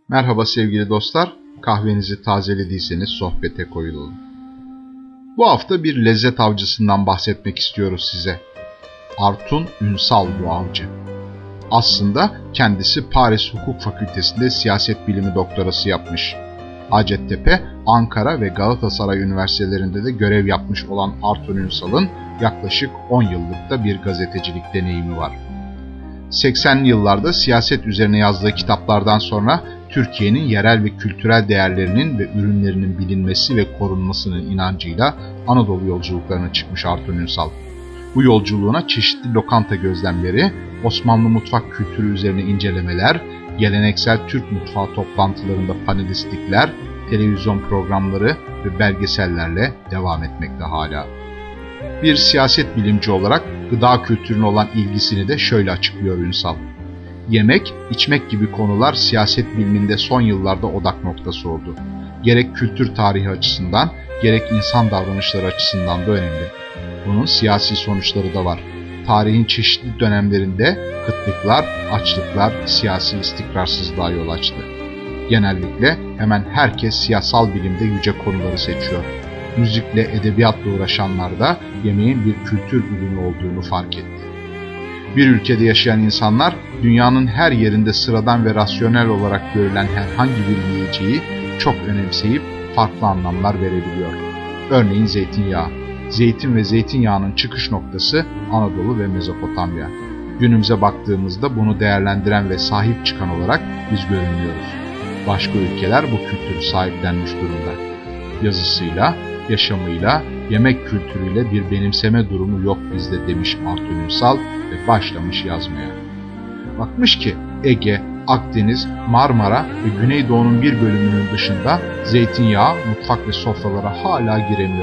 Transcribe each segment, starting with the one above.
Merhaba sevgili dostlar, kahvenizi tazelediyseniz sohbete koyulalım. Bu hafta bir lezzet avcısından bahsetmek istiyoruz size. Artun Ünsal bu avcı. Aslında kendisi Paris Hukuk Fakültesi'nde siyaset bilimi doktorası yapmış. Hacettepe, Ankara ve Galatasaray üniversitelerinde de görev yapmış olan Artun Ünsal'ın yaklaşık 10 yıllık da bir gazetecilik deneyimi var. 80'li yıllarda siyaset üzerine yazdığı kitaplardan sonra Türkiye'nin yerel ve kültürel değerlerinin ve ürünlerinin bilinmesi ve korunmasının inancıyla Anadolu yolculuklarına çıkmış Artun Ünsal. Bu yolculuğuna çeşitli lokanta gözlemleri, Osmanlı mutfak kültürü üzerine incelemeler, geleneksel Türk mutfağı toplantılarında panelistlikler, televizyon programları ve belgesellerle devam etmekte hala. Bir siyaset bilimci olarak gıda kültürüne olan ilgisini de şöyle açıklıyor Ünsal. Yemek, içmek gibi konular siyaset biliminde son yıllarda odak noktası oldu. Gerek kültür tarihi açısından, gerek insan davranışları açısından da önemli. Bunun siyasi sonuçları da var. Tarihin çeşitli dönemlerinde kıtlıklar, açlıklar, siyasi istikrarsızlığa yol açtı. Genellikle hemen herkes siyasal bilimde yüce konuları seçiyor. Müzikle, edebiyatla uğraşanlar da yemeğin bir kültür ürünü olduğunu fark etti. Bir ülkede yaşayan insanlar dünyanın her yerinde sıradan ve rasyonel olarak görülen herhangi bir yiyeceği çok önemseyip farklı anlamlar verebiliyor. Örneğin zeytinyağı. Zeytin ve zeytinyağının çıkış noktası Anadolu ve Mezopotamya. Günümüze baktığımızda bunu değerlendiren ve sahip çıkan olarak biz görünüyoruz. Başka ülkeler bu kültürü sahiplenmiş durumda. Yazısıyla, yaşamıyla, yemek kültürüyle bir benimseme durumu yok bizde demiş Artun Ünsal ve başlamış yazmaya. Bakmış ki Ege, Akdeniz, Marmara ve Güneydoğu'nun bir bölümünün dışında zeytinyağı mutfak ve sofralara hala giremiyor.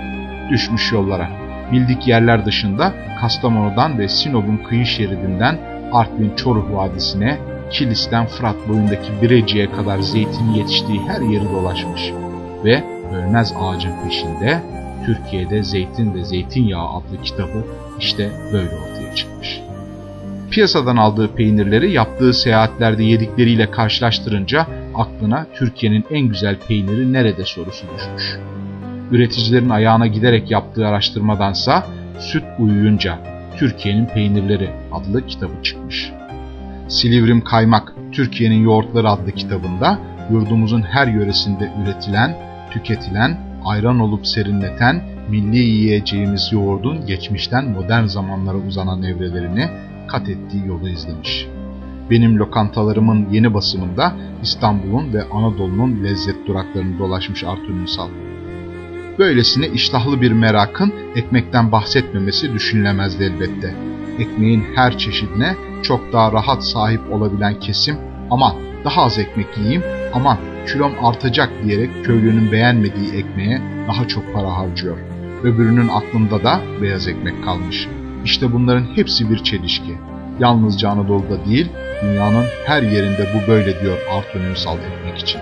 Düşmüş yollara. Bildik yerler dışında Kastamonu'dan ve Sinop'un kıyı şeridinden Artvin Çoruh Vadisi'ne, Kilis'ten Fırat boyundaki Birecik'e kadar zeytinin yetiştiği her yeri dolaşmış. Ve Ölmez Ağacın Peşinde Türkiye'de Zeytin ve Zeytinyağı adlı kitabı işte böyle ortaya çıkmış. Piyasadan aldığı peynirleri yaptığı seyahatlerde yedikleriyle karşılaştırınca aklına Türkiye'nin en güzel peyniri nerede sorusu düşmüş. Üreticilerin ayağına giderek yaptığı araştırmadansa Süt Uyuyunca Türkiye'nin Peynirleri adlı kitabı çıkmış. Silivrim Kaymak Türkiye'nin Yoğurtları adlı kitabında yurdumuzun her yöresinde üretilen, tüketilen, ayran olup serinleten milli yiyeceğimiz yoğurdun geçmişten modern zamanlara uzanan evrelerini kat ettiği yolu izlemiş. Benim lokantalarımın yeni basımında İstanbul'un ve Anadolu'nun lezzet duraklarını dolaşmış Artun Ünsal. Böylesine iştahlı bir merakın ekmekten bahsetmemesi düşünülemezdi elbette. Ekmeğin her çeşidine çok daha rahat sahip olabilen kesim, aman daha az ekmek yiyeyim, aman kilom artacak diyerek köylünün beğenmediği ekmeğe daha çok para harcıyor. Öbürünün aklında da beyaz ekmek kalmış. İşte bunların hepsi bir çelişki. Yalnızca Anadolu'da değil, dünyanın her yerinde bu böyle diyor Artun Ünsal ekmek için.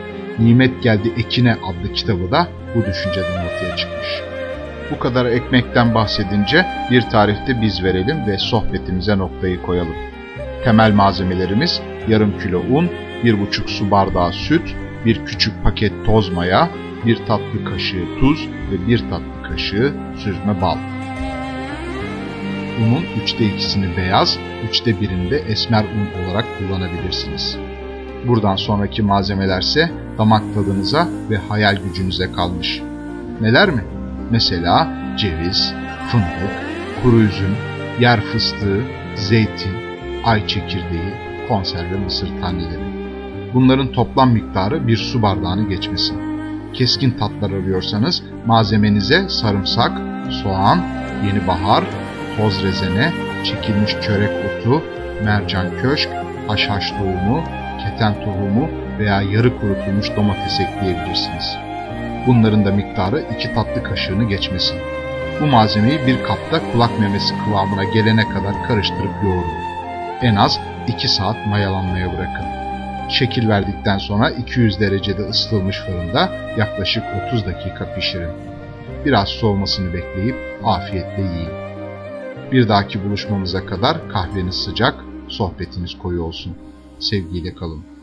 Nimet Geldi Ekine adlı kitabı da bu düşünceden ortaya çıkmış. Bu kadar ekmekten bahsedince bir tarifte biz verelim ve sohbetimize noktayı koyalım. Temel malzemelerimiz yarım kilo un, 1,5 su bardağı süt, bir küçük paket toz maya, 1 tatlı kaşığı tuz ve 1 tatlı kaşığı süzme bal. Unun 2/3'ünü beyaz, 1/3'ini de esmer un olarak kullanabilirsiniz. Buradan sonraki malzemelerse damak tadınıza ve hayal gücünüze kalmış. Neler mi? Mesela ceviz, fındık, kuru üzüm, yer fıstığı, zeytin, ay çekirdeği, konserve mısır taneleri. Bunların toplam miktarı 1 su bardağını geçmesin. Keskin tatlar arıyorsanız malzemenize sarımsak, soğan, yeni bahar, toz rezene, çekilmiş çörek otu, mercan köşk, haşhaş tohumu, keten tohumu veya yarı kurutulmuş domates ekleyebilirsiniz. Bunların da miktarı 2 tatlı kaşığını geçmesin. Bu malzemeyi bir kapta kulak memesi kıvamına gelene kadar karıştırıp yoğurun. En az 2 saat mayalanmaya bırakın. Şekil verdikten sonra 200 derecede ısıtılmış fırında yaklaşık 30 dakika pişirin. Biraz soğumasını bekleyip afiyetle yiyin. Bir dahaki buluşmamıza kadar kahveniz sıcak, sohbetiniz koyu olsun. Sevgiyle kalın.